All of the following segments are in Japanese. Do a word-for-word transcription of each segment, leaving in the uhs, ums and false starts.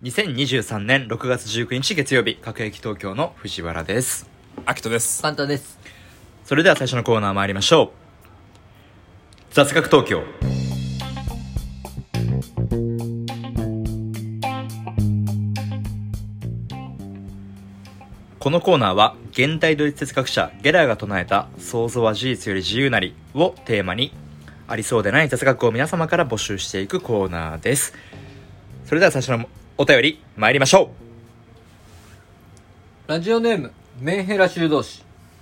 にせんにじゅうさんねんろくがつじゅうくにち月曜日、各駅東京の藤原です。 アキトです。 パンタです。 それでは最初のコーナー参りましょう。雑学東京。このコーナーは現代ドイツ哲学者ゲラーが唱えた想像は事実より自由なりをテーマに、ありそうでない雑学を皆様から募集していくコーナーです。それでは最初のお便り参りましょう。ラジオネームメンヘラ修道士。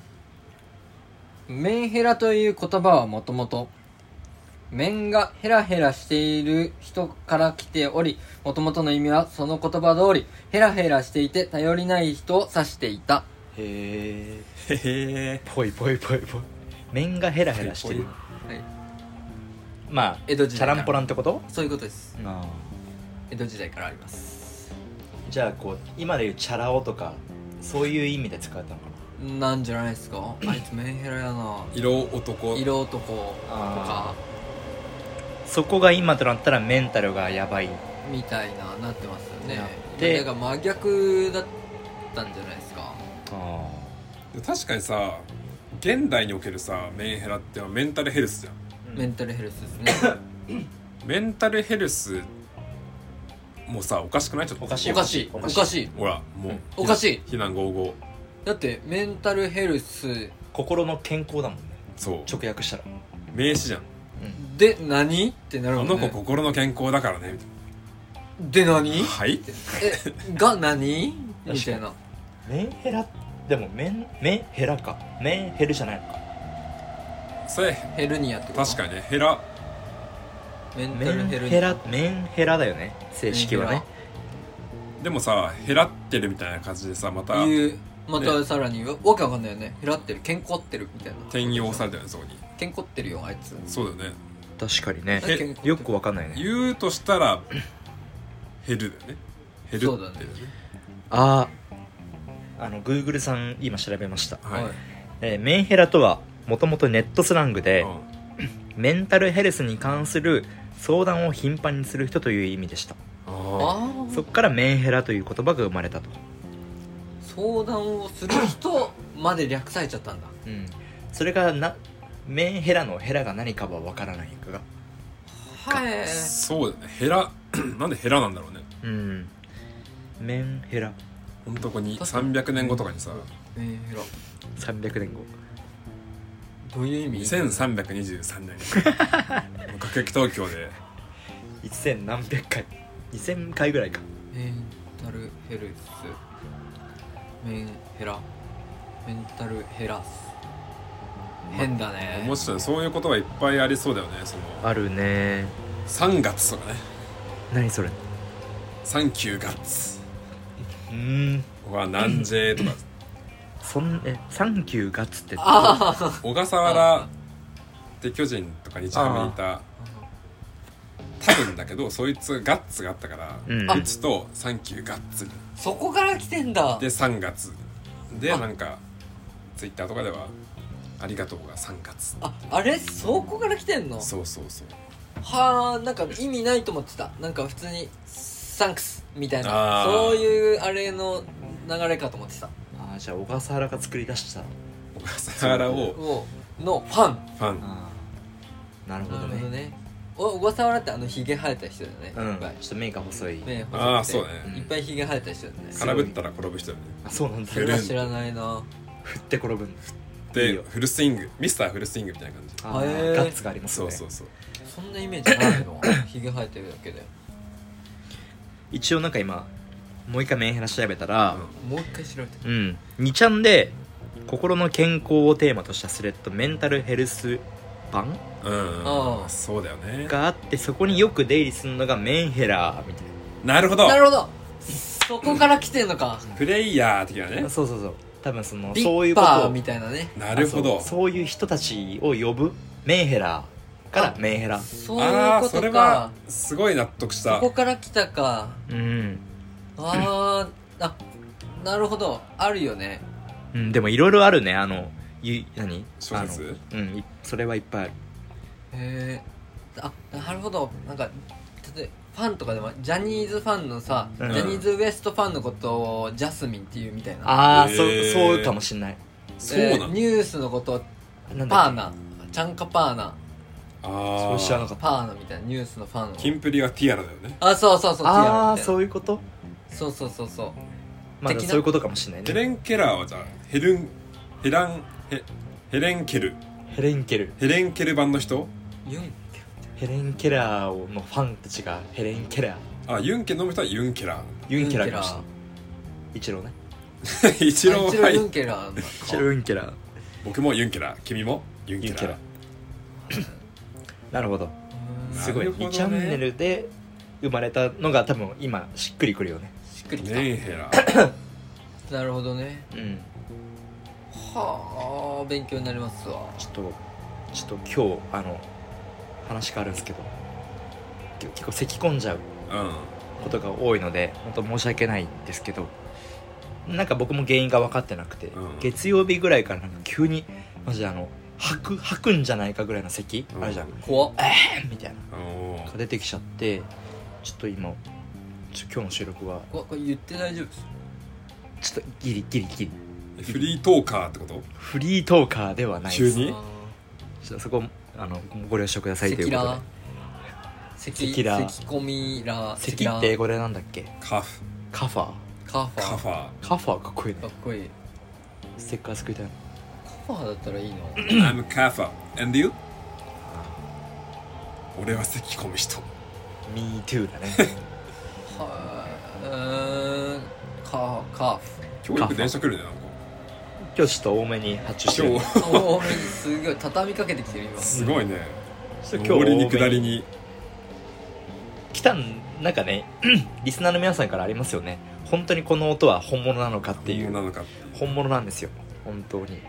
メンヘラという言葉はもともと面がヘラヘラしている人から来ており、もともとの意味はその言葉通りヘラヘラしていて頼りない人を指していた。 へーへーぽいぽいぽいぽい。面がヘラヘラしてる。 はい、 まあ江戸時代からチャランポランってこと？ そういうことです。 あ江戸時代からあります。 じゃあこう今でいうチャラ男とかそういう意味で使われたのかな。 なんじゃないですか。あいつメンヘラやな。 色男色男とかそこが今となったらメンタルがやばいみたいななってますよね。 でだから真逆だったんじゃないですか。 あ確かにさ、現代におけるさメンヘラってメンタルヘルスじゃん、 うん、メンタルヘルスですねメンタルヘルスもうさおかしくない？ちょっとおかしいおかしいおかしいほらもう、 おかしい非難合々 だってメンタルヘルス心の健康だもんね。 そう直訳したら名詞じゃん、 うん、で何ってなるもんね。 あの子心の健康だからねみたいなで何はいえが何みたいな。 メンヘラでもメンメンヘラかメンヘルじゃないのか。 それヘルニアってこと？ 確かにねヘラメンタメンルヘルニアヘラメンヘラだよね正式はね。 でもさヘラってるみたいな感じでさまたいうまたさらにわけわかんないよね。ヘラってる健康ってるみたいな転用されたよねそこに。 健康ってるよあいつ。 そうだよね。 確かにねへよくわかんないね。 言うとしたらヘルだよね。ヘルってるよね。 あああの Google さん今調べました、 はいえー、メンヘラとはもともとネットスラングで、 うん、 メンタルヘルスに関する相談を頻繁にする人という意味でした。 あそこからメンヘラという言葉が生まれたと。 相談をする人まで略されちゃったんだ。 うん、それがなメンヘラのヘラが何かは分からないかが。 はい。 そうだねヘラなんでヘラなんだろうね。 うんメンヘラほんとこにさんびゃくねんごとかにさメンヘラさんびゃくねんごどういう意味？ にせんさんびゃくにじゅうさんねん各駅東京でせんなんびゃっかいにせんかいぐらいか。 メンタルヘルスメンヘラメンタルヘラス変だね。 面白い。そういう言葉いっぱいありそうだよね。そのあるね。 さんがつとかね。 何それ？ サンキューガッツ。 うーんはなんじぇとかそんえサンキューガッツってあ小笠原って巨人とか日ハムにいた多分だけどそいつガッツがあったから、 うん打つとサンキューガッツそこから来てんだ。 でさんがつでなんかツイッターとかではありがとうがさんがつ。 ああれそこから来てんの？ そうそうそう。 はあ、なんか意味ないと思ってた。なんか普通にサンクスみたいなあーそういうあれの流れかと思ってた。 あじゃあ小笠原が作り出した小笠原ををのファン。 ファン。 あなるほなどね。 るほどね。お小笠原ってあのヒゲ生えた人だよね。 うんいっぱいちょっと目が細い。 目細くてあーそうねいっぱいヒゲ生えた人だよね。 空振ったら転ぶ人だよね。 あそうなんだそれは知らないな。 振って転ぶんでいいよフルスイングミスターフルスイングみたいな感じ。 あへーガッツがありますね。 そうそうそう。 そんなイメージないのヒゲ生えてるだけで。 一応なんか今もう一回メンヘラ調べたら、 もう一回調べて。 うんにちゃんで心の健康をテーマとしたスレッドメンタルヘルス版うんあーそうだよね。 があって、そこによく出入りするのがメンヘラみたいなるほど。 なるほど。そこから来てんのか。 プレイヤー的なねな。。そうそうそう多分そのビそういうことをッパーみたいなね。 なるほど。 あそうそういう人たちを呼ぶメンヘラからメンヘラ。 そういうああことそれはか。 すごい納得した。 そこから来たか。 うん、 あーあなるほどあるよね。 うん、でもいろいろあるね。あのゆ何小説あのうんいそれはいっぱいある。 へえ。あなるほど。なんか例えファンとかでもジャニーズファンのさ、 うんジャニーズ ウエストファンのことをジャスミンっていうみたいな。 ああ、 へーそうそうかもしんない。 そうなのニュースのことをなんだっけパーナチャンカパーナあそう知らなかった。 パーナみたいなニュースのファンをキンプリはティアラだよね。 あそうそうそうティアああ、 ラみたいなそういうこと。 そうそうそうそうまあ的なそういうことかもしんないね。 ヘレン・ケラーはじゃあヘルンヘランヘヘレン・ケルヘレンケルヘレン・ケル版の人。 ユンヘレン・ケラーのファンたちがヘレン・ケラーあユンケ飲む人はユンケラユンケラーかもしれない。一郎ね。 ー一郎はい一郎ユンケラーの一郎ユンケラー。 僕もユンケラー君もユンケラーユンケラー。なるほど。すごい、 なるほどねにチャンネルで生まれたのが多分今しっくりくるよね。 しっくりきた、 メンヘラなるほどね。 うん。 はあ勉強になりますわ。 ちょっとちょっと今日あの話変わるんですけど、け結構咳込んじゃううんことが多いので本当申し訳ないんですけど、なんか僕も原因が分かってなくて、 うん月曜日ぐらいからなんか急にマジであの吐く吐くんじゃないかぐらいの咳、 うんあるじゃん、 怖っ。 えーみたいなおーが出てきちゃって、ちょっと今ちょ今日の収録は怖っこれ言って大丈夫です。 ちょっとギリギリギリフリートーカーってことフリートーカーではないです。 急にあちょっとそこあのご了承くださいーということで。 咳咳ラー咳込みラー咳って英語でなんだっけ？ カフカファー。 カファーカファカファーかっこいいねか。っこいい。 ステッカー作りたいな。 カファーだったらいいのー I'm カファ and you 俺は咳込む人 Me too だね。 はーうーんカカ今日よく電車来るねなんか今日ちょっと多めに発注してる。 今フおおすごい畳みかけてきてる今。 すごいねちょっと上りに多め下りに来たんなんかね、リスナーの皆さんからありますよね。本当にこの音は本物なのかっていう。 なのかっていう本物なんですよ。本当に。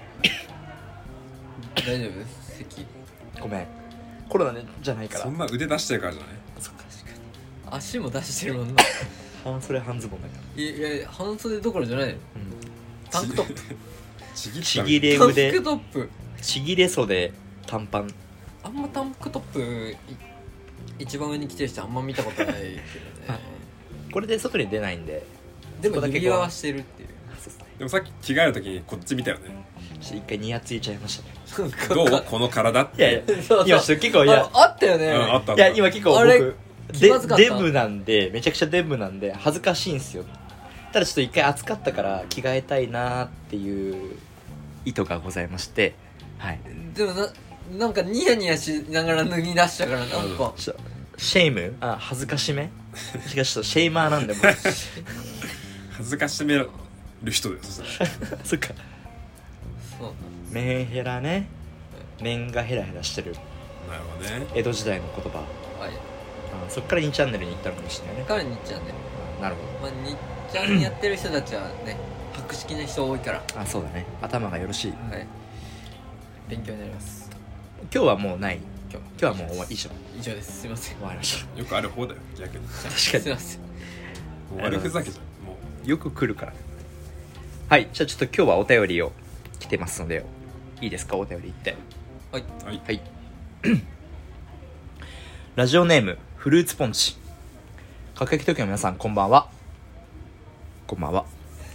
大丈夫です咳。 ごめん。コロナじゃないからそ。んな腕出してるからじゃないそっか。 足も出してるもんな。 半袖半ズボンだから。 いやいや半袖どころじゃないの。 うん。 タンクトップ。 ちぎったちぎれタン腕ク、トップ。 ちぎれ袖、短パン。 あんまタンクトップい一番上に着てる人あんま見たことないけどね。 これで外に出ないんで。 でもそこだけ指輪はしてるっていう。 そうですね。 でもさっき着替える時にこっち見たよねちょっと一回ニヤついちゃいましたね。 どうこの体っていやいや、 そうそう今ちょっと結構いやあ、あったよね。 うんあったあったいや今結構あれ僕気まずかったでデブなんでめちゃくちゃデブなんで恥ずかしいんですよ。ただちょっと一回暑かったから着替えたいなっていう意図がございまして、はい、 でもななんかニヤニヤしながら脱ぎ出したからなんかちょっとシェイムあ恥ずかしめしかしちょっとシェイマーなんでもう恥ずかしめる人だよそしたらそっかそうメンヘラね、面がヘラヘラしてるなるほどね江戸時代の言葉、 はいあそっからにチャンネルに行ったのかもしれないね。 彼にっちゃんね、 あなるほまあ、にっちゃんやってる人たちはね博識な人多いからど。あそうだね、頭がよろしい。 はい勉強になります。 今日はもうない。 今今日はもう終わり以上以上ですすいません終わりました。 よくある方だよ逆にも確かにすいませんう悪ふざけじゃんもよく来るから。はい、じゃあちょっと今日はお便りを来てますので、いいですか、お便り言って。 はい、 うはいはい。ラジオネームフルーツポンチ。各駅東京の皆さんこんばんは。こんばんは。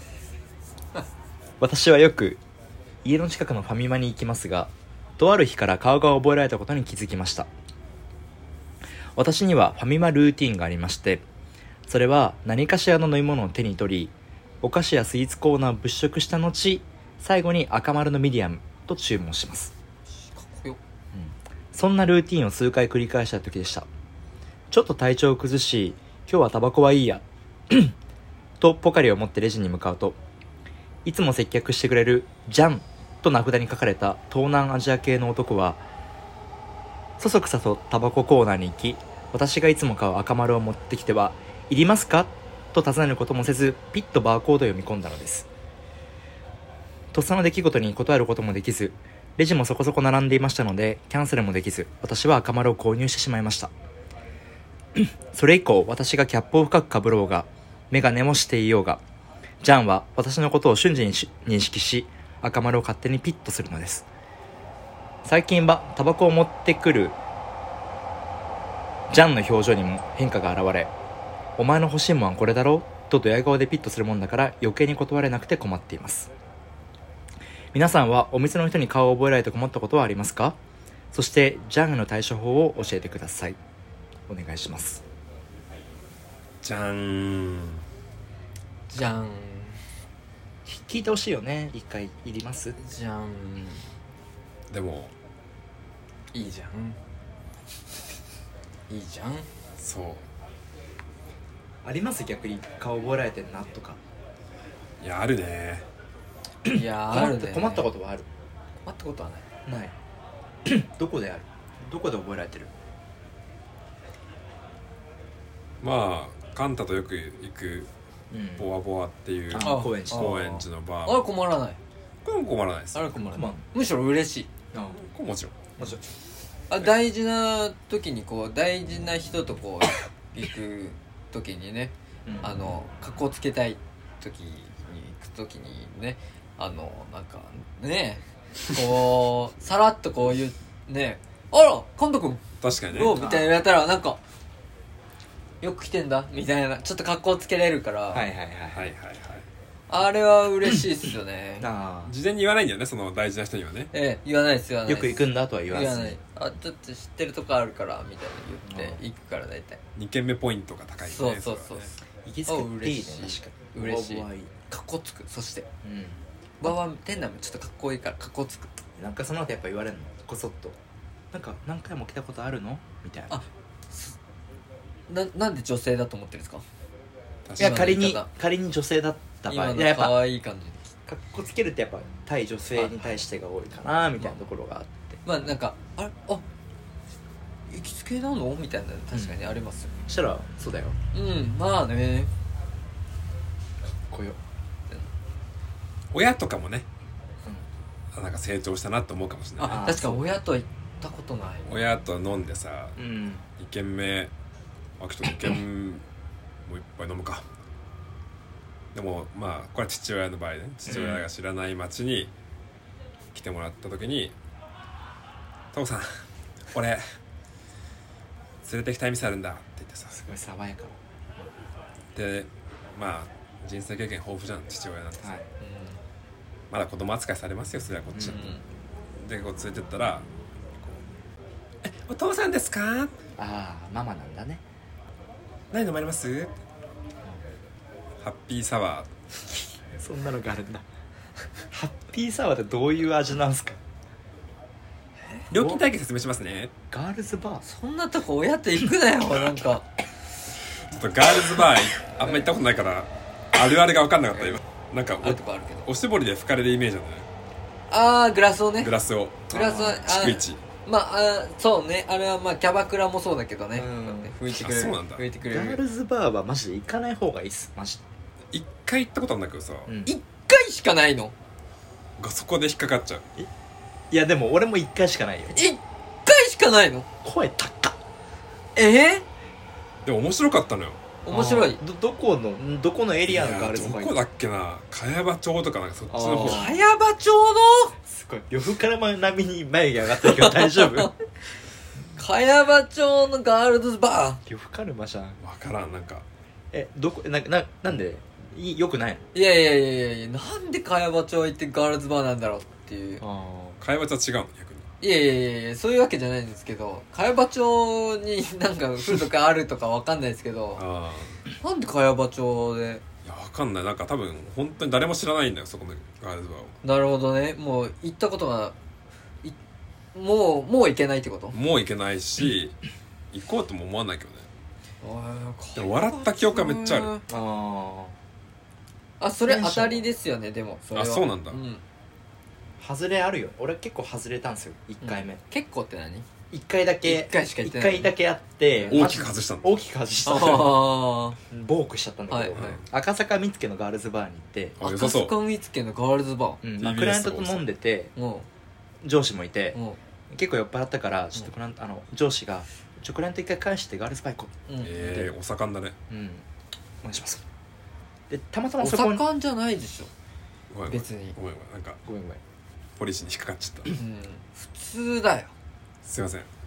私はよく家の近くのファミマに行きますが、とある日から顔が覚えられたことに気づきました。私にはファミマルーティンがありまして、それは何かしらの飲み物を手に取り、お菓子やスイーツコーナーを物色した後、最後に赤丸のミディアムと注文します。 かっこよ。 そんなルーティンを数回繰り返した時でした。ちょっと体調を崩し、今日はタバコはいいやとポカリを持ってレジに向かうと、いつも接客してくれるジャンと名札に書かれた東南アジア系の男はそそくさとタバココーナーに行き、私がいつも買う赤丸を持ってきては、いりますかと尋ねることもせず、ピッとバーコードを読み込んだのです。とっさの出来事に答えることもできず、レジもそこそこ並んでいましたのでキャンセルもできず、私は赤丸を購入してしまいました。それ以降、私がキャップを深くかぶろうが、メガネもしていようが、ジャンは私のことを瞬時に認識し、赤丸を勝手にピッとするのです。最近はタバコを持ってくるジャンの表情にも変化が現れ、お前の欲しいもんはこれだろうとドヤ顔でピッとするもんだから余計に断れなくて困っています。皆さんはお店の人に顔を覚えられて困ったことはありますか？そしてジャンへの対処法を教えてください。お願いします。 じゃーん。 じゃん聞いてほしいよね。一回いります？ じゃん。 でもいいじゃんいいじゃん。 そうあります？逆に顔覚えられてんなとか。 いやあるね。 いやあるね。 困った困ったことはある？ 困ったことはない。 ないどこである？どこで覚えられてる？ まあカンタとよく行くうんボワボワっていうあ高円寺高円寺のバあれー。 困らない。 これも困らないです。 あれ困らない、 まあむしろ嬉しい。 あこれもちろん。 もちろんあ大事な時にこう大事な人とこう行く時にね、 うんあの格好つけたい時に行く時にね、あのなんかねこうさらっとこういうね、あらカンタ君確かにね。 どうみたいな言われたらなんかよく来てんだみたいなちょっと格好つけれるから、 はいはいはいはいはいはい。 あれは嬉しいっすよね。 あ事前に言わないんだよね、その大事な人にはね。 ええ言わないです言わあないです。 よく行くんだとは言わず言わない。あちょっと知ってるとこあるからみたいな言って行くから大体。 に軒目ポイントが高いね。 そうそうそうれはね行きつけっていいね。 嬉しい確かに嬉しいボワボワいいかっこつく。そしてうんババ店内もちょっとかっこいいからかっこつく。 なんかその後やっぱ言われるのこそっと、なんか何回も来たことあるのみたいな。 あななんで女性だと思ってるんですか？ 確いやかに仮に今の言い方仮に女性だった場合今の可いややっぱ愛い感じ。 かっこつけるってやっぱ対女性に対してが多いかなみたいなところがあって、 まあなんかあれあ行きつけなのみたいな確かにありますよ。 そしたらそうだよ、 うん、まあね。 こよ、 親とかもね、あなんか成長したなって思うかもしれない。 ああ確かに親と行ったことない。 親と飲んでさ、 うんに軒目あちょっとに軒もう一杯飲むか。でもまあこれは父親の場合ね、父親が知らない町に来てもらった時に「父さん俺連れて行きたい店あるんだ」って言ってさ、 すごい爽やかでまあ人生経験豊富じゃん父親なんてさ、 はいまだ子供扱いされますよそれはこっちだと、でこう連れてったらこう「えお父さんですか？ ああママなんだね。 何飲まれます？ハッピーサワー」 そんなのがあるんだハッピーサワーってどういう味なんすか？ 料金体系説明しますね。 ガールズバー？ そんなとこ親と行くなよなんか。 ちょっとガールズバーあんま行ったことないからあるあるが分かんなかった今。なんかあるとこあるけど。 おおしぼりで拭かれるイメージなんだね。 あーグラスをね。 グラスをグラスはあ逐一。 まああそうね、あれはまあキャバクラもそうだけどね、 うん拭いてくれる。 あそうなんだ拭いてくれガーる。 ルズバーはマジで行かない方がいいっすマジ一回行ったことあるんだけどさ、 で、うん一回しかないの？ がそこで引っかかっちゃう。 いやでも俺も一回しかないよ。 一回しかないの？ 声高っ。 えでも面白かったのよ。 ー、面白い。 どどこのどこのエリアのガールズバー？ いやどこだっけな、茅場町とかなんかそっちの方。 あ茅場町のすごい呂布カルマ並みに眉毛上がってるけど大丈夫？ 茅場町のガールズバ呂布カルマじゃん。 分からんなんかえどこなななんでいよくないー。いやいやいやいやいや、なんで茅場町行ってガールズバーなんだろうっていう。 の？ 茅場町は違うの逆に。 いやいやいやいや、そういうわけじゃないんですけど、茅場町になんか風とかあるとかわかんないですけど、 ああなんで茅場町で。 いや分かんない、なんか多分本当に誰も知らないんだよそこのガールズバーを。 なるほどね。もう行ったことがいもうもう行けないってこと？ もう行けないし行こうとも思わないけどね。 あでも笑った記憶はめっちゃある。 ああ、それ当たりですよね。でもそれはあそうなんだうん、 あ外れあるよ。俺結構外れたんですよいっかいめ。 結構って何？ いっかいだけ一回しか行っていっないかいだけあって大きく外したんだ。 大きく外したああボークしちゃったんだけど、 はいはい赤坂見附のガールズバーに行って、 赤あ良さそう。 坂見附のガールズバうんティービーエスまあ、クライアントと飲んでてー。も上司もいてうも結構酔っ払ったからちょっとクライアントあの上司が「ちょクライアント一回返してガールズバー行こう、うんえー、お盛んだね。 う」うんお願いしますでたまたまおそこに盛んじゃないでしょ。 ごめんごめん別にごめんごめんなんかごめんごめんポリシーに引っかかっちゃった。 うん、普通だよ。 すいません。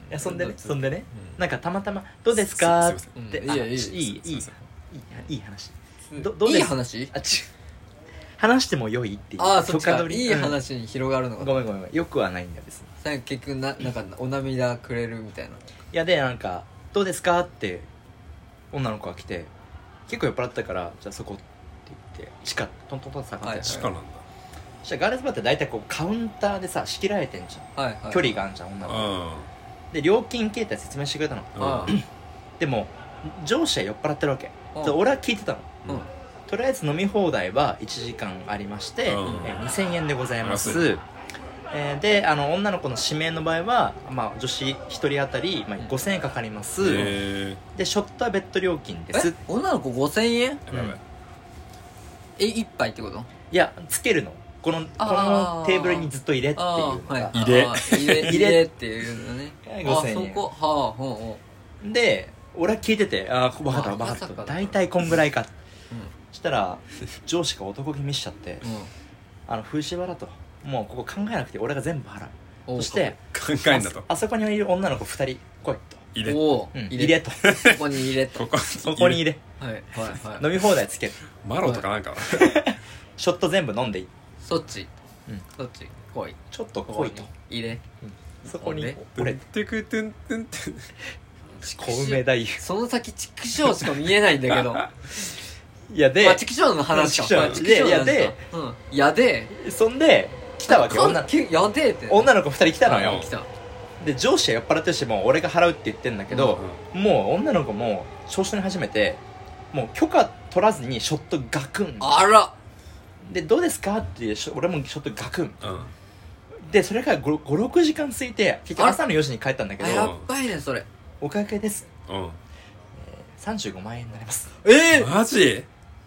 やそんでねどっちそんでね、 うんなんかたまたま「どうですか?」っすすいまてうんいいよいいよあいいいいいいすいませんいい話どどうですいい話あち話しても良いっていうああそっちか許可取りいい話に広がるのうんがごめんごめんごめんよくはないんだ別にさ結局ななんかお涙くれるみたいないやでなんか「どうですか?」って女の子が来て結構酔っ払ってたから「じゃあそこ」って言って地下トントントンって下がって、 はい地下なんだそしたらガールズバーって大体こうカウンターでさ仕切られてんじゃん、 はいはい距離があるじゃん女の子うで料金形態説明してくれたのんあでも上司は酔っ払ってるわけうんで俺は聞いてたのうんとりあえず飲み放題はいちじかんありまして、 うんえーにせんえんでございま安すい、 えーであの女の子の指名の場合は、まあ、女子ひとり当たり、まあ、ごせんえんかかります、 へえでショットは別途料金でえす女の子ごせんえんやばいやばいえ一杯ってこといやつけるのこのこあーのテーブルにずっと入れっていうのああはいが、 入れあー入れ入れ入れっていうのねごせんえんあそこはあほうほで俺は聞いててああ分かった分かったまあまさかだ大体こんぐらいかうそしたら上司が男気見しちゃってうんうんあの風刺場だともうここ考えなくて俺が全部払うおうそして考えんだとあそこにいる女の子ふたり来いと、 入れおううん、 入れ入れとここに入れとここそこに入れはいはいはい飲み放題つけるマロとかなんかショット全部飲んでいいそっちうんそっち来いちょっと来いと入れそこに俺俺てくてんてんてん小梅太夫その先畜生しか見えないんだけどいやでまあ畜生の話か畜生まあ畜生の話かでいやでうんやでそんで来たわけ女かけやでって女の子ふたり来たのよ来たで上司は酔っ払ってるしもう俺が払うって言ってんだけど、もう女の子も調子に始めてもう許可取らずにショットガクンあらでどうですかってしょ俺もショットガクンうんでそれからごろくじかん過ぎて結局朝のよじに帰ったんだけどあやっばいねそれお会計ですうんさんじゅうごまん円になりますえマジ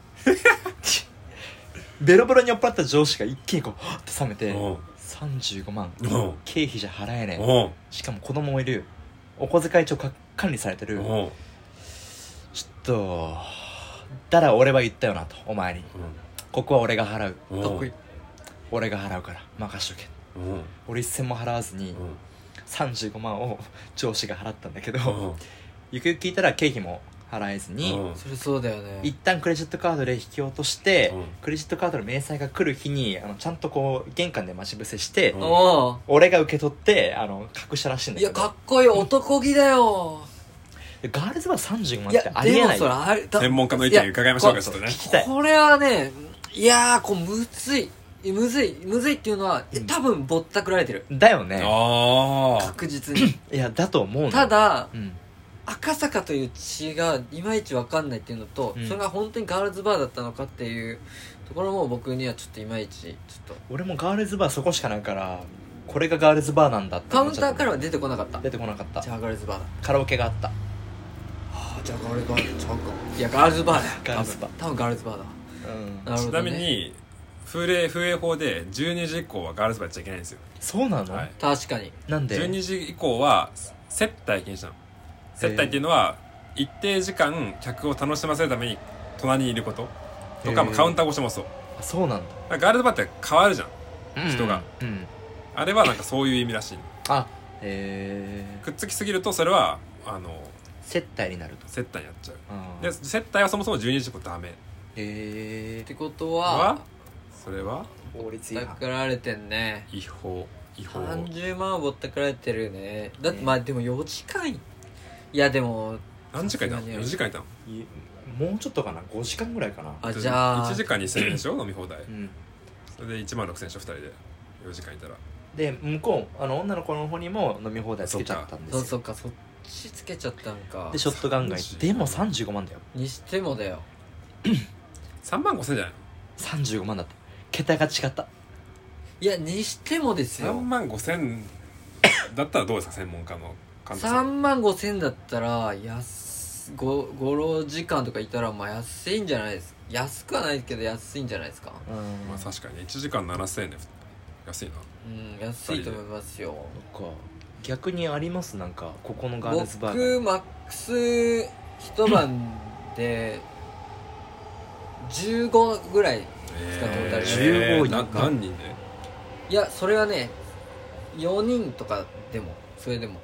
ベロベロに酔っ払った上司が一気にこうはっって冷めてうんさんじゅうごまんうん経費じゃ払えねえうんしかも子供もいるお小遣い帳か管理されてるちょうんっとだから俺は言ったよなとお前にここは俺が払ううんかっこいい俺が払うから任しとけうん俺一銭も払わずにうんさんじゅうごまんを上司が払ったんだけど、 うんゆくゆく聞いたら経費も払えずに、 うんそれそうだよね一旦クレジットカードで引き落として、 うんクレジットカードの明細が来る日にあのちゃんとこう玄関で待ち伏せして、 うんお俺が受け取ってあの隠したらしいんだけどーいやかっこいい男気だよガールズバーさんじゅうごまんいやってありえないでもそれあれだ専門家の意見伺いましょうかちょっとね聞きたいこれはねいやーこうむずいむずいむずいっていうのはえ多分ぼったくられてるだよねああ確実にいやだと思うのただうん赤坂という血がいまいち分かんないっていうのと、 うんそれが本当にガールズバーだったのかっていうところも僕にはちょっといまいちちょっと俺もガールズバーそこしかないからこれがガールズバーなんだってカウン思っちゃったターからは出てこなかった出てこなかったじゃあガールズバーだカラオケがあったああじゃあガールズバーちゃうかいやガールズバーだよガールズバー多分多分ガールズバーだうんなるほど、 ちなね、 みに風鈴風営法でじゅうにじ以降はガールズバーやっちゃいけないんですよそうなの、 はい確かになんでじゅうにじ以降は接待禁止なの接待っていうのは一定時間客を楽しませるために隣にいることとかへーもカウンター越しもそうあそうなんだだからガールズバーって変わるじゃん人がうん、うん、 あれはなんかそういう意味らしいあへえくっつきすぎるとそれはあの接待になると接待になっちゃうあで接待はそもそもじゅうにじ以降ダメへえってことははそれは法律違反ぼったくられてんね違法違法さんじゅうまんはぼったくられてるねだってねまあでもよじかんいやでも何時間いたのさすがによじかんいたのいもうちょっとかなごじかんぐらいかなあじゃあいちじかんにせんえんでしょ飲み放題うんそれでいちまんろくせんえんでしょふたりでよじかんいたらで向こうあの女の子の方にも飲み放題つけちゃったんですそうよそっかそっちつけちゃったんかでショットガンガンさんじゅうでもさんじゅうごまんだよにしてもだよさんまんごせんえんじゃないさんじゅうごまんだった桁が違ったいやにしてもですのよさんまんごせんだったらどうですか専門家の監督さ 3 ん万ごせんだったら安ごごろじかんとかいたらまあ安いんじゃないですか安くはないけど安いんじゃないですかうんまあ確かにいちじかんななせんえんで安いなうん安いと思いますよそっか逆にありますなんかここのガールズバーガー僕マックス一晩でじゅうごぐらい使ったことあるじゅうごなか何人でいやそれはねよにんとかでもそれでも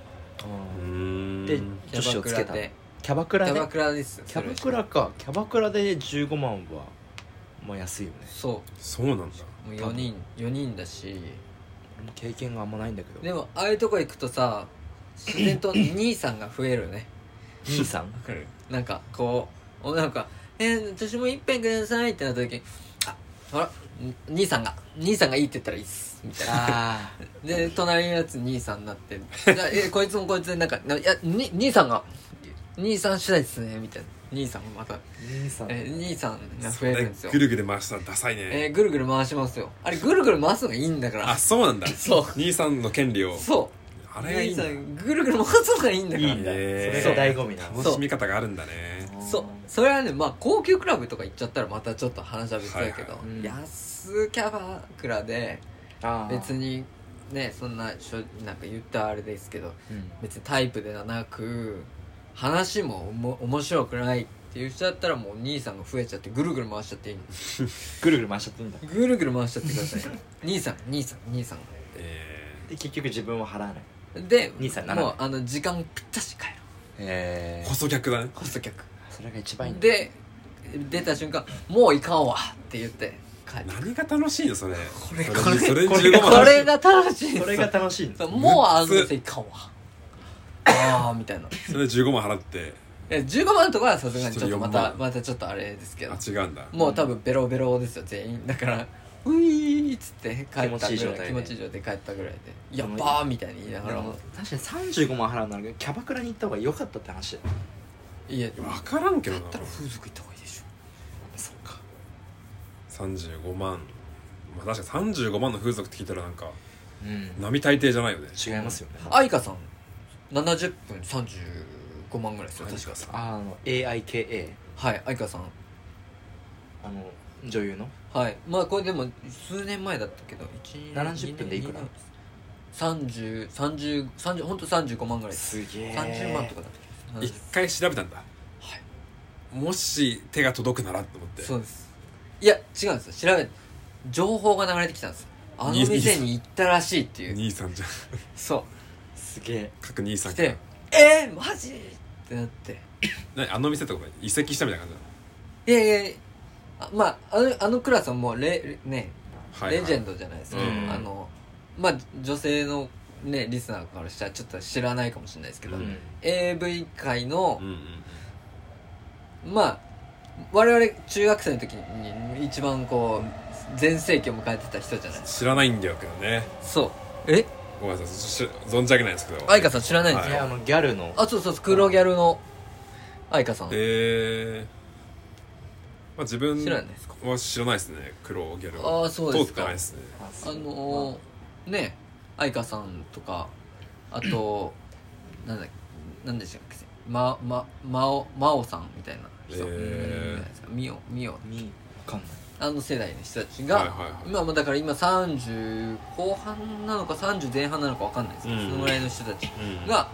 うーんでキャバクラでキャバクラでキャバクラですよキャバクラかキャバクラでじゅうごまんはまあ安いよね。 そそうなんだ。 うもうよにんよにんだし、 俺も経験があんまないんだけど。 でもああいうとこ行くとさ自然と兄さんが増えるね。 兄さんわかる？なんかこう女の子が「えー、私も一杯ください」ってなった時に「あほら兄さんが兄さんがいいって言ったらいいっす」みたいな。 あで隣のやつ兄さんになって「いやえこいつもこいつでなんかいやに兄さんが兄さん次第ですね」みたいな。兄さんもまた兄さんえー兄さんが増えるんですよ。 ぐるぐる回したらダサいね。 えー、ぐるぐる回しますよ。あれぐるぐる回すのがいいんだから。 あ、そうなんだ。 そう兄さんの権利を。 そうあれがいいんだ。 兄さんぐるぐる回すのがいいんだから。 いいんだ、 へーそれが醍醐味なの。 楽しみ方があるんだね。 そうそれはねまあ高級クラブとか行っちゃったらまたちょっと話は別だけど、 はいはい安キャバクラであー別にねそんなしょなんか言ったらあれですけどうん別にタイプではなく話もおも面白くないっていう人だったらもう兄さんが増えちゃってぐるぐる回しちゃっていいの。 ぐるぐる回しちゃっていいんだ。 ぐるぐる回しちゃってください兄さん兄さん兄さんえで結局自分は払わない。 で兄さんならないもうあの時間ぴったし帰るへー、細客だね。 ホスト客それが一番いいんだ。 で出た瞬間もういかんわって言って帰る。 何が楽しいのそれ。 これそこれそれこれじゅうごまんこれが楽しいんですよそれが楽しいんだ。 そうもうあの店いかんわああみたいな。 それでじゅうごまん払ってえじゅうごまんとかはさすがにちょっとま一人よんまんたまたちょっとあれですけどあ違うんだ。 もう多分ベロベロですよ全員だからういーっつって帰ったぐらい気持ちいい状態で気持ちいい状態で帰ったぐらいでやっでもばーみたいに言いながらもでも確かにさんじゅうごまん払うならキャバクラに行った方が良かったって話だよ。 いや分からんけどな。 だったら風俗行った方がいいでしょ。 そうか。 さんじゅうごまん、まあ確かさんじゅうごまんの風俗って聞いたらなんかうん並大抵じゃないよね。 違いますよね。 愛花さんななじゅっぷんさんじゅうごまんぐらいですよ確か。 ああの エーアイケーエはい愛花さんーあの女優のはいまあこれでも数年前だったけどななじゅっぷんでいくらさんじゅう、さんじゅう、さんじゅう、ほんとさんじゅうごまんぐらいです。 すげえさんじゅうまんとかだった気が一する。 回調べたんだ。 はい。 もし手が届くならと思って。 そうです。いや、違うんですよ。調べ、情報が流れてきたんです。あの店に行ったらしいっていう。 兄さんじゃん。 そう。 すげえ各兄さん来からて、えー、マジってなって。 何あの店とか移籍したみたいな感いやいやいやあまあ、あの、あのクラスはもうレ、ね、 じなの。はいはいレジェンドじゃないですか。 うんあの、まあ、女性のね、リスナーからしたらちょっと知らないかもしれないですけど、 うんエーブイ 界のうん、うんまあ我々中学生の時に一番こう全盛期を迎えてた人じゃないですか。 知らないんだよけどね。 そうえごめんなさいし存じ上げないですけど。 愛花さん知らないんですか、 いやあのギャルのあそうそうそう黒ギャルの愛花さん、 えー、まあ自分知らないですかは知らないですね。黒ギャルあーそうですか通ってないですね。 あのー、ね愛花さんとかあとなんだっけなんでしたっけまままおまおさんみたいな人、 えーいるじゃないですかみおみおみわかんないあの世代の人たちが、 はいはいはい今もだから今さんじゅう後半なのかさんじゅう前半なのか分かんないですけど、 うんそのぐらいの人たちうんが、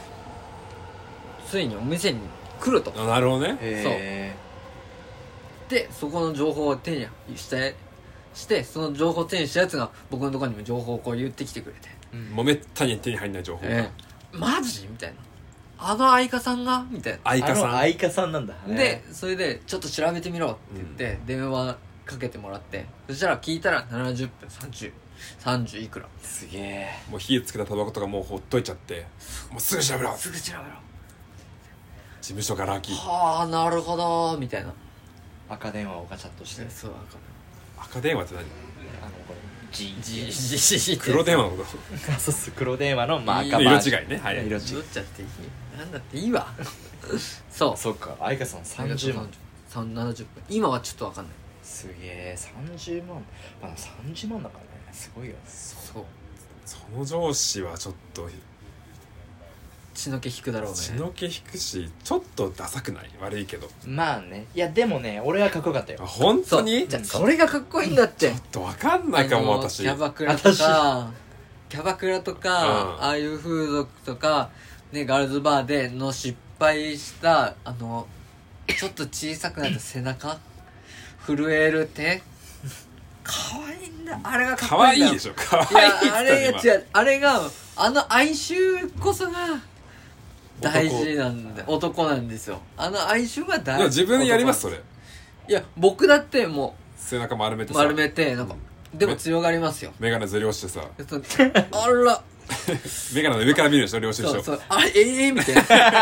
ついにお店に来るとあなるほどね。 へでそこの情報を手にしてしてその情報を手にしたやつが僕のところにも情報をこう言ってきてくれてえもうめったに手に入んない情報が、 ええマジみたいなあの愛花さんがみたいな愛花さんあの愛花さんなんだでそれでちょっと調べてみろって言って、電話かけてもらってそしたら聞いたらななじゅっぷんさんじゅう、さんじゅういくらすげえもう火つけたタバコとかもうほっといちゃってもうすぐ調べろ。 すぐ調べろ事務所から空きはあなるほどみたいな赤電話をガチャッとしてそうわかる赤電話って何？ あのこれ G じじじじ黒電話のことそうっす黒電話のまあいい赤バージョン色違いねはい色違いどっちだっていいなんだっていいわそうそっか愛花さんさんじゅうまんさんななじゅっぷん今はちょっとわかんないすげえさんじゅうまんまあさんじゅうまんだからねすごいよねそうその上司はちょっと血の気引くだろうね血の気引くしちょっとダサくない？悪いけどまあねいやでもね俺はかっこよかったあよ本当にじゃあそれがかっこいいんだってちょっとわかんないかもあの私キャバクラとかキャバクラとか、 うんああいう風俗とかねガールズバーでの失敗したあのちょっと小さくなった背中震える手可愛いんだあれがかっ可こいいんだよ愛いでしょ可い愛いっつったやあれ今違うあれがあの哀愁こそが大事なんで男なんですよ。あの相性が大事。 でも自分でやりますそれ。 いや僕だっても背中丸めてさう丸めてなんか、でも強がりますよ。 メガネずり落ちてさあらメガネの上から見るでしょ領収書。 そうそうあれええー、みたい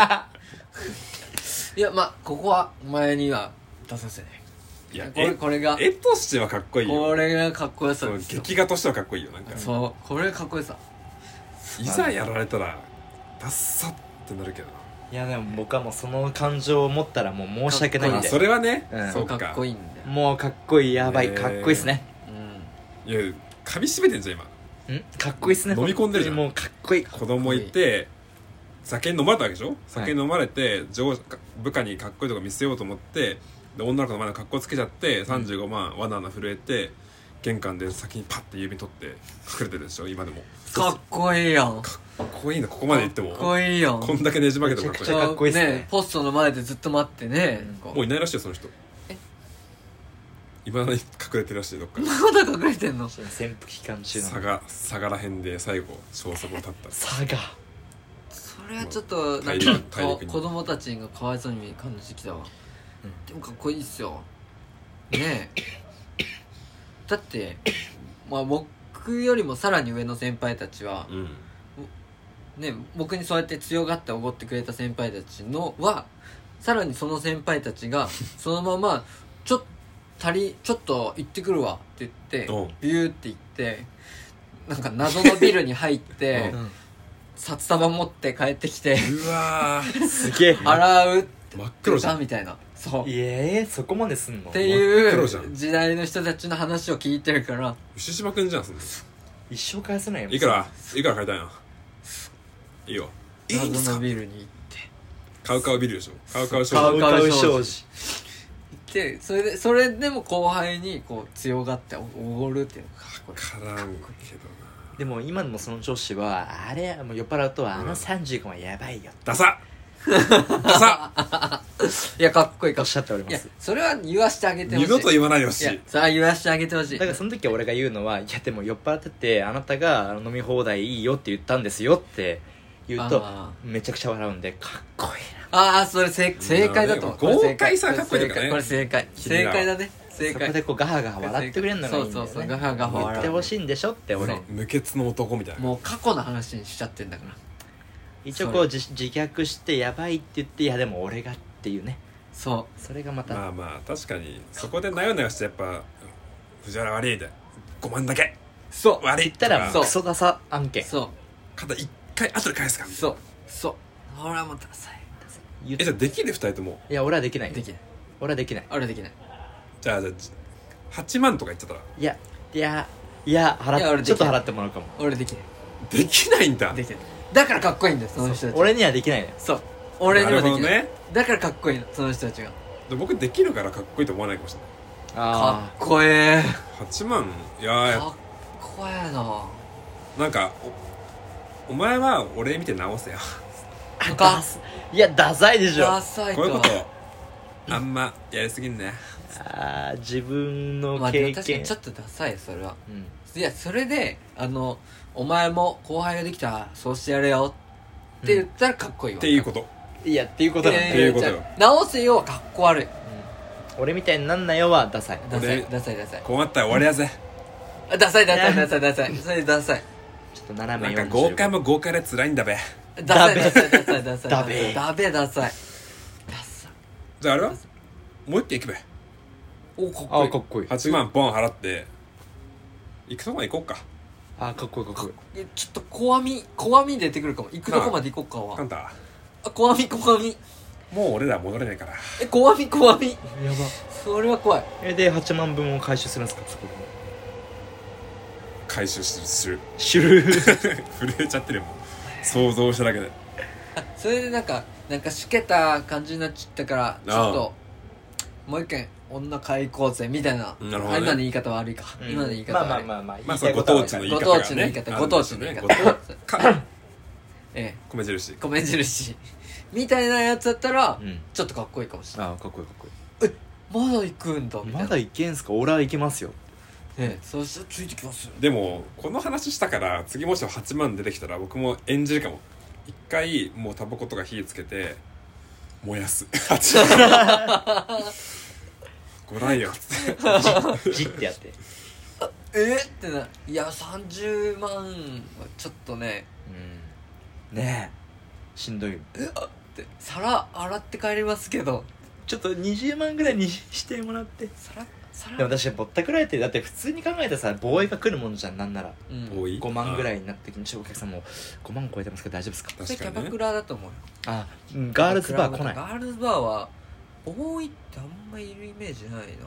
ないやまあここはお前には出させない。 いやこれこれが絵としてはかっこいいよ。 これがかっこよさそうですよ。 劇画としてはかっこいいよ。なんかそうこれがかっこよさ。 いざやられたらダッサってなるけど。 いやでも僕はもうその感情を持ったらもう申し訳ないんで、 あそれはね、 うんそうかかっこいいんだよ。 もうかっこいい、やばい、 ねえかっこいいっすね。 うんいや噛み締めてんじゃん今。 んかっこいいっすね。 飲み込んでるじゃんもうかっこいい。 子供いて酒に飲まれたわけでしょ。酒に飲まれて上部下にかっこいいとこ見せようと思ってで女の子の前の格好つけちゃってさんじゅうごまんわなわな震えて玄関で先にパッて指取って隠れてるでしょ今でも。 かっこいいやん。 かっこいいな。ここまで言ってもかっこいいやん。 こんだけねじ曲げてもかっこいい。 めちゃくちゃかっこいいっすねポストの前でずっと待ってね、 うんこうもういないらしいよその人。 え今に隠れてるらしいどっかで。 まだ隠れてんの。 潜伏期間中の佐賀佐賀らへんで最後消息を絶った。 佐賀。 それはちょっとなん大陸か大陸に子供たちがかわいそうに感じてきたわ、 うんでもかっこいいっすよねえだってまあ僕よりもさらに上の先輩たちはうんね僕にそうやって強がっておごってくれた先輩たちのはさらにその先輩たちがそのままちょっ足りちょっと行ってくるわって言っておうビューって行ってなんか謎のビルに入ってう札束持って帰ってきてうわーすげえ。 洗う真っ黒じゃん。 みたいなそうっいえそこまですんの。 て真っいう黒じゃん時代の人たちの話を聞いてるから牛島くんじゃんそんな。 一生返せないよ。 いくらいくら買いたいの。いいよ。いいんですか。 謎のビルに行ってカウカウビルでしょ。カウカウショーカウカウカウ商商事でそれでそれでも後輩にこう強がっておごるっていうのがかっこいいからんけどな。 でも今でもその上司はあれもう酔っ払うとあのさんじゅうごまんやばいよダサダサいやかっこいいかっことおっしゃっておりいいやます。 それは言わしてあげてほしい二度と言わないでほしいやい。 それは言わしてあげてほしいだからその時は俺が言うのはいやでも酔っ払っててあなたがあの飲み放題いいよって言ったんですよって言うとあめちゃくちゃ笑うんでかっこいいああそれ正正解だと思う。これ正解豪快さがかっこいいからねこれ正解正解だね正解な。そこでこうガハガハ笑ってくれるのがいいんだよね。 そうそうそうガハガハ笑う言ってほしいんでしょって俺そう無血の男みたいな。 もう過去の話にしちゃってんだから一応こう自自虐してやばいって言っていやでも俺がっていうねそそれがまた、 まあまあ確かにそこでなよなよしてやっぱ藤原悪いでごまんだけうそう悪い言ったらそうクソダサ案件そう肩一回後で返すか。 そうそうほらもうダサい言っえじゃあできる二人とも。 いや俺はできないできない俺はできないあれできないじゃあじゃあはちまんとか言っちゃったらいやいやいや払っいや俺できないちょっと払ってもらうかも俺できないできないんだ。 できないだからかっこいいんだよその人たち俺にはできないのよそう俺にはできない、 なるほどね。 だからかっこいいのその人たちがで僕できるからかっこいいと思わないかもしれない。 かっこええはちまんいやーかっこええななんかおお前は俺見て直せよ。 あダサいやダサいでしょダサいかこういうことあんまやりすぎんね。 あー自分のまあで経験、 も確かにちょっとダサいそれはうんいやそれであのお前も後輩ができたらそうしてやれよって言ったらかっこいいわ、 っていうこと。 いやっていうことなんだよ、 っていうことよじゃあ直せよはかっこ悪い俺みたいになんなよはダサいダサい俺ダサいダサいこうなったら終わりやぜ。 あダサいダサいダサいダサいそれダサいちょっと斜めなんかよんじゅうご豪快も豪快で辛いんだべ。 ダサいダサいダサいダサいダベダベダサいダサいじゃああれはもう一軒行くべ。 おかっこいいあかっこいいはちまんボン払って行くとこまで行こうか。 あかっこいいかっこいいえちょっと小網小網出てくるかも行くとこまで行こうかはあんたあ小網小網もう俺ら戻れないから。 え小網小網やばそれは怖いえではちまんぶんを回収するんですかそこ回収するシュルー震えちゃってるよもう想像しただけで。 あそれでなんかなんかしけた感じになっちゃったからちょっともう一軒女買い行こうぜみたいななるほどねあ今の言い方悪いか、 うん今の言い方まあ悪いまあまあまあまあそのご当地の言いご方がね当地の言い方あご当地の言い方ご当かええ米印。 米印みたいなやつだったら、 うんちょっとかっこいいかもしれないあかっこいいかっこいまだ行くんだみたいないまだいけんすか俺は行きますよねえそうしたらついてきますよでもこの話したから次もしはちまん出てきたら僕も演じるかも。 一回もうタバコとか火つけて燃やすごらんよっつってじってやってえー、ってないやさんじゅうまんはちょっとねうんねえしんどいえあって皿洗って帰りますけどちょっとにじゅうまんぐらいにしてもらって皿皿でも確かにぼったくられてだって普通に考えたらさボーイが来るものじゃんなんならうん多いごまんぐらいになった時にちょっとお客さんもごまん超えてますけど大丈夫ですかそれキ確かにねャバクラだと思うよあガールズバー来ないガールズバーは多いってあんまいるイメージないなうん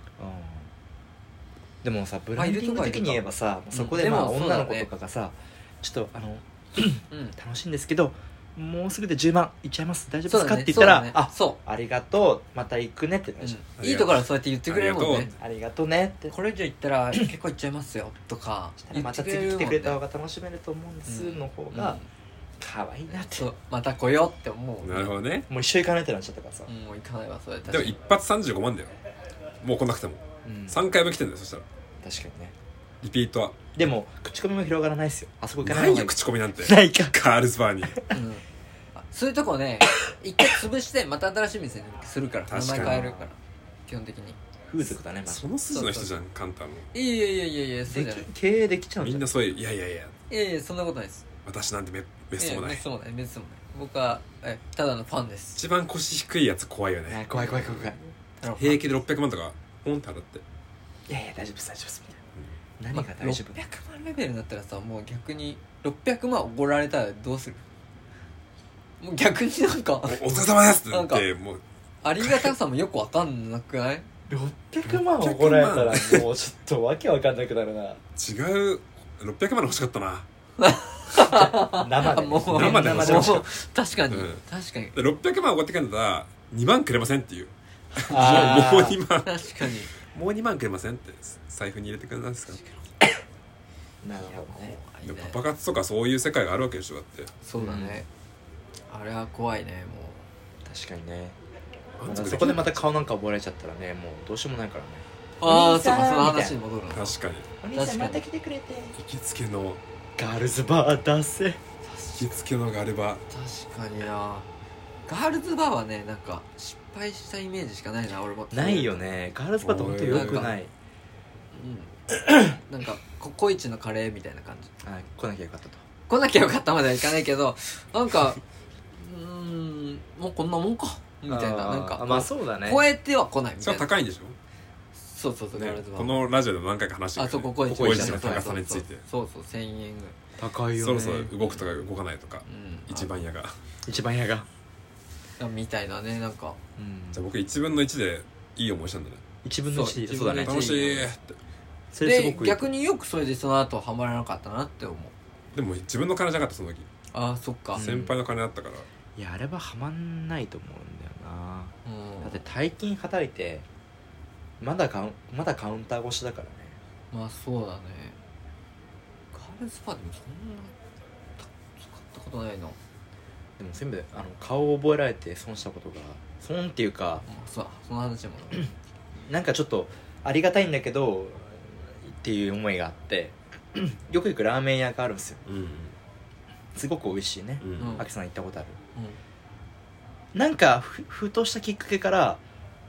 でもさブランディング的に言えばさうんそこでまあでもそうだね女の子とかがさちょっとあのうん楽しいんですけどもうすぐでじゅうまんいっちゃいます大丈夫ですかそうだねって言ったら、 そうだねあそありがとうまた行くねってなう、 るじゃん、 うんいいところはそうやって言ってくれるもんありねありがとうねってこれ以上言ったら結構いっちゃいますよとか言まってた次来てくれた方がが楽しめると思うんですうんの方が可愛いなって、 そうまた来ようって思うなるほどね。 もう一緒行かないってなっちゃったからさ、 もう行かないわそれでも一発さんじゅうごまんだよ。もう来なくてもうんさんかいも来てんだよ。そしたら確かにねリピートはでも口コミも広がらないですよあそこ行かなないいよ方がいい口コミなんてないかガールズバーにうんあそういうとこね一回潰してまた新しい店にするから名確かに前変えるから基本的に風俗だねまずその筋の人じゃんカンタのいやいやいやいやいやそうできじゃない経営できちゃうんじゃんみんなそういういやいやいやいやいやそんなことないです私なんてめめっそうもないいや別もない別もない僕はえただのファンです一番腰低いやつ怖いよあね。 怖い怖い怖い怖い平気でろっぴゃくまんとかポンって払っていやいや大丈夫です大丈夫ですみたいな何まあが大丈夫、 ろっぴゃくまんレベルになったらさもう逆にろっぴゃくまんおごられたらどうするもう逆になんかおお疲れ様ですって言っなてもうありがたさもよくわかんなくないろっぴゃくまん怒られたらもうちょっとわけわかんなくなるな違うろっぴゃくまん欲しかったな。 生で、ね、 もう生で欲しかったもう確かに、 うん確かにでろっぴゃくまんおごってくれたらにまんくれませんっていうあーもうにまん確かにもうにまんくれませんって財布に入れてくれないですか。 なるほどねでもいいねパパ活とかそういう世界があるわけでしょだってそうだね、あれは怖いねも確かにね満足できないそこでまた顔なんか覚えられちゃったらねもうどうしようもないからねうああお兄さんそうかその話に戻るの確かにお兄さんまた来てくれて行きつけのガールズバー出せ行きつけのガルバ確かになガールズバーはねなんか失敗したイメージしかないな俺もないよねガールズバーって本当よくないうんなんかココイチのカレーみたいな感じあ来なきゃよかったと来なきゃよかったまではいかないけどなんかうーんもうこんなもんかみたいななんかあーまあそうだね超えては来ないみそれたいなは高いんでしょ、 そうそうそうガールズバーこのラジオでも何回か話してあるそうココイチココイチのそう高さについてそうそうせんえんぐらい高いよねそろそろ動くとか動かないとかうん一番屋が一番屋があみたいなねなんかうんじゃあ僕いちぶんのいちでいい思いしたんだね一分の一でそうそうだね一分の一楽しいってそれすごくいいで逆によくそれでその後ハマらなかったなって思うでも自分の金じゃなかったその時ああそっかうん先輩の金だったからいやあれはハマんないと思うんだよなうんだって大金はたいてまだカウンまだカウンター越しだからねまあそうだねガールズバーでもそんな使ったことないなまでも全部あの顔を覚えられて損したことが損っていうかあそうだその話もななんかちょっとありがたいんだけどっていう思いがあってよく行くラーメン屋があるんですようんすごく美味しいねうんうんうんあきさん行ったことあるうなんかふふとしたきっかけから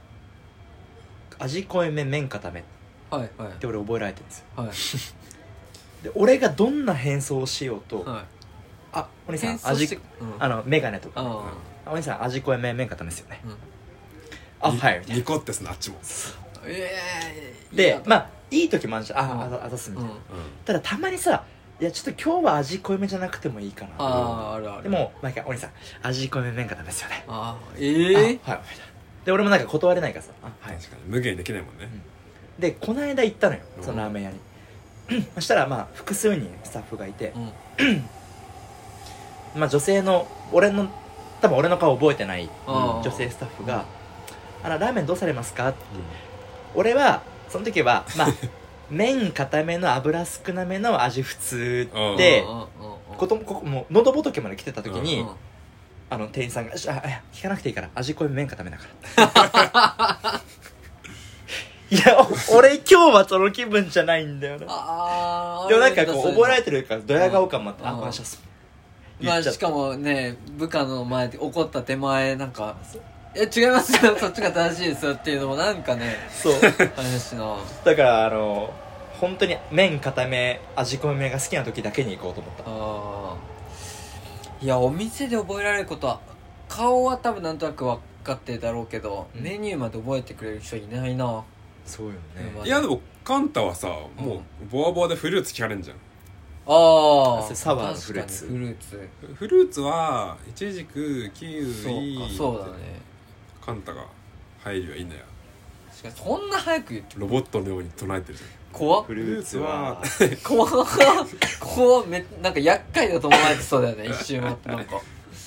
味濃いめ麺固めっんはいはいて俺覚えられてるんですよはいで俺がどんな変装をしようと、 はいあお兄さん変装して味うんあのメガネとかああお兄さん味濃いめ麺固めですよねあうんあはいみたいニコってすなあっちもええなでまああいい時もあるじゃんあ、 うんああざすみたいな、 うんただたまにさいやちょっと今日は味濃いめじゃなくてもいいかなあーあるあるでも毎回お兄さん味濃いめ麺固めですよねあああええはいみたいなで俺もなんか断れないからさあはい確かに無限にできないもんねでこの間行ったのようんそのラーメン屋にそしたらまあ複数人スタッフがいてうんまあ女性の俺の多分俺の顔覚えてないあー女性スタッフが「あらラーメンどうされますか?」って俺はその時はまあ麺固めの油少なめの味普通でうんうんうんうんことここもう喉仏まで来てた時に、 うんあの店員さんが「あいや聞かなくていいから味濃いめ麺固めだから」いやお俺今日はその気分じゃないんだよなああでもなんかこう覚えられててるからドヤ顔感もあって「 うんあお願いします」 まあしかもね部下の前で怒った手前なんか「え違いますよそっちが正しいですよ」っていうのもなんかねそうあれだしな。 だからあの本当に麺固め味濃いめが好きな時だけに行こうと思った。 あーいやお店で覚えられることは顔は多分なんとなく分かってるだろうけど、 うんメニューまで覚えてくれる人いないな。 そうよねうんいやでもカンタはさもうボワボワでフルーツ聞かれんじゃん。 ああサワーのフルーツフルーツフルーツはイチジクキウそうイかそうだね。 カンタが入るはいいんだよ。 しかしそんな早く言ってロボットのように唱えてるじゃん。 怖っフルーツは怖っ怖っめなんか厄介だと思われてそうだよね一瞬待ってなんか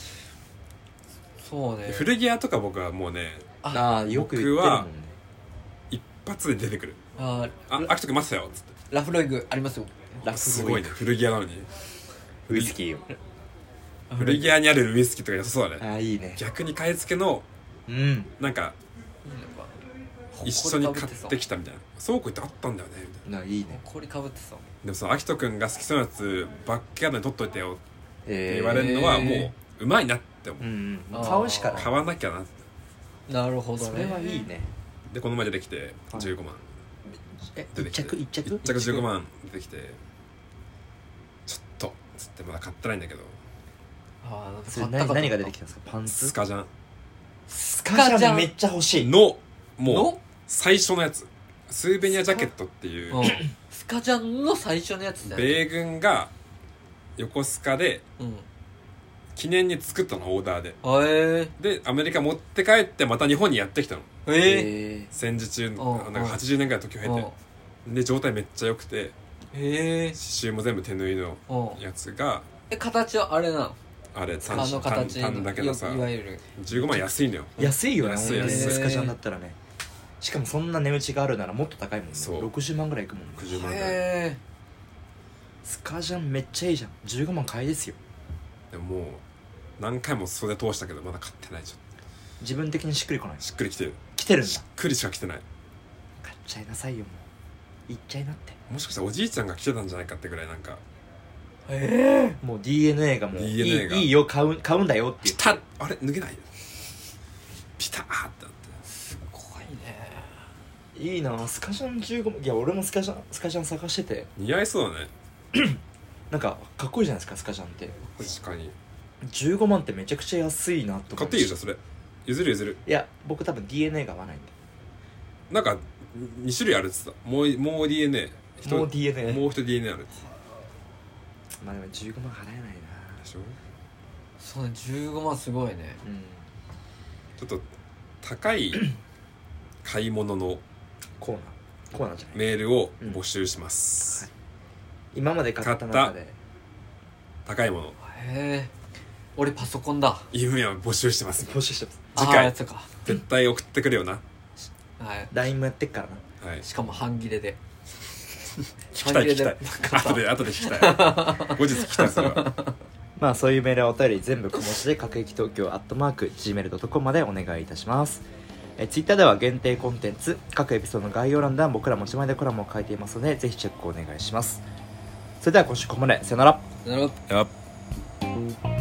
そうね古着屋とか僕はもうねああよく言ってるもんね。 一発で出てくる。 ああ、 ー秋人くん待ってたよっつって。 ラフロイグありますよ。 ラフすごいね古着屋なのに。 ウイスキーよ。 古着屋にあるウイスキーとか良さそうだね。 ああいいね。 逆に買い付けのうんなんか一緒に買ってきたみたいな倉庫ってあったんだよねみたいな。 ないいね。 これかぶってさでもその秋人くんが好きそうなやつバックヤードに取っといてよってえ言われるのはもへううまいなって思う。 うんうんあー買うしかない。 買わなきゃなって。 なるほどねそれはいいね。 でこの前出てきてじゅうごまん、 え出てきて一着一着一着じゅうごまん出てきてちょっとつってまだ買ってないんだけどあーそれ何買ったか何が出てきたんですか？パンツスカジャンスカジャンめっちゃ欲しい。 のもうの最初のやつスーベニアジャケットっていううんスカジャンの最初のやつだよね。 米軍が横須賀でうん記念に作ったのオーダーであえでアメリカ持って帰ってまた日本にやってきたのー、ええ戦時中うんなんかはちじゅうねんぐらい時をー、 経てで状態めっちゃ良くてえ刺繍も全部手縫いのー、うんやつがえ形はあれなのあれあの形単単だけどさいわゆるじゅうごまん安いのよ安いよね。 安いほんとに安いスカジャンだったらね。しかもそんな値打ちがあるならもっと高いもんね。 そうろくじゅうまんぐらいいくもんね。 ろくじゅうまんぐらいへスカジャンめっちゃいいじゃん。じゅうごまん買いですよ。 でももう何回も袖通したけどまだ買ってない。ちょっ自分的にしっくりこないとしっくりきてる来てるんだ。 しっくりしか来てない。 買っちゃいなさいよもう。いっちゃいなって。 もしかしたらおじいちゃんが来てたんじゃないかってぐらいなんかえもう ディーエヌエー がもうディーエヌエー がいいいいよ買う買うんだよって言ってピタッあれ脱げないピターってなってすごいね。 いいなスカジャンじゅうごまん。いや俺もスカジャンスカジャン探してて似合いそうだね。 なんかかっこいいじゃないですかスカジャンって。 確かにじゅうごまんってめちゃくちゃ安いなと思買っていいよじゃあそれ譲る譲る。 いや僕多分 ディーエヌエー が合わないんで。 なんかに種類あるっつったもうもう ディーエヌエー 人もう ディーエヌエーもう一人 ディーエヌエー あるっつっまあでもじゅうごまん払えないな。 たでしょ。 そうねじゅうごまんすごいね。 うんちょっと高い買い物のコーナーコーナーじゃないメールを募集します、 うんはい今まで買った中で高いものへえ俺パソコンだ。 夢は募集してます。 募集してます。 次回あーやつか絶対送ってくれよな。 はい。 ライン もやってっからな。 はいしかも半切れで聞きたい聞きたい後で後で聞きたい後日聞きたいそれは。 まあそういうメールはお便り全部小文字で各駅東京アットマーク ジーメールドットコム までお願いいたします。えツイッターでは限定コンテンツ各エピソードの概要欄では僕ら持ち前でコラムを書いていますのでぜひチェックお願いします。それでは今週ここまでさよなら。 なるほど。 やっ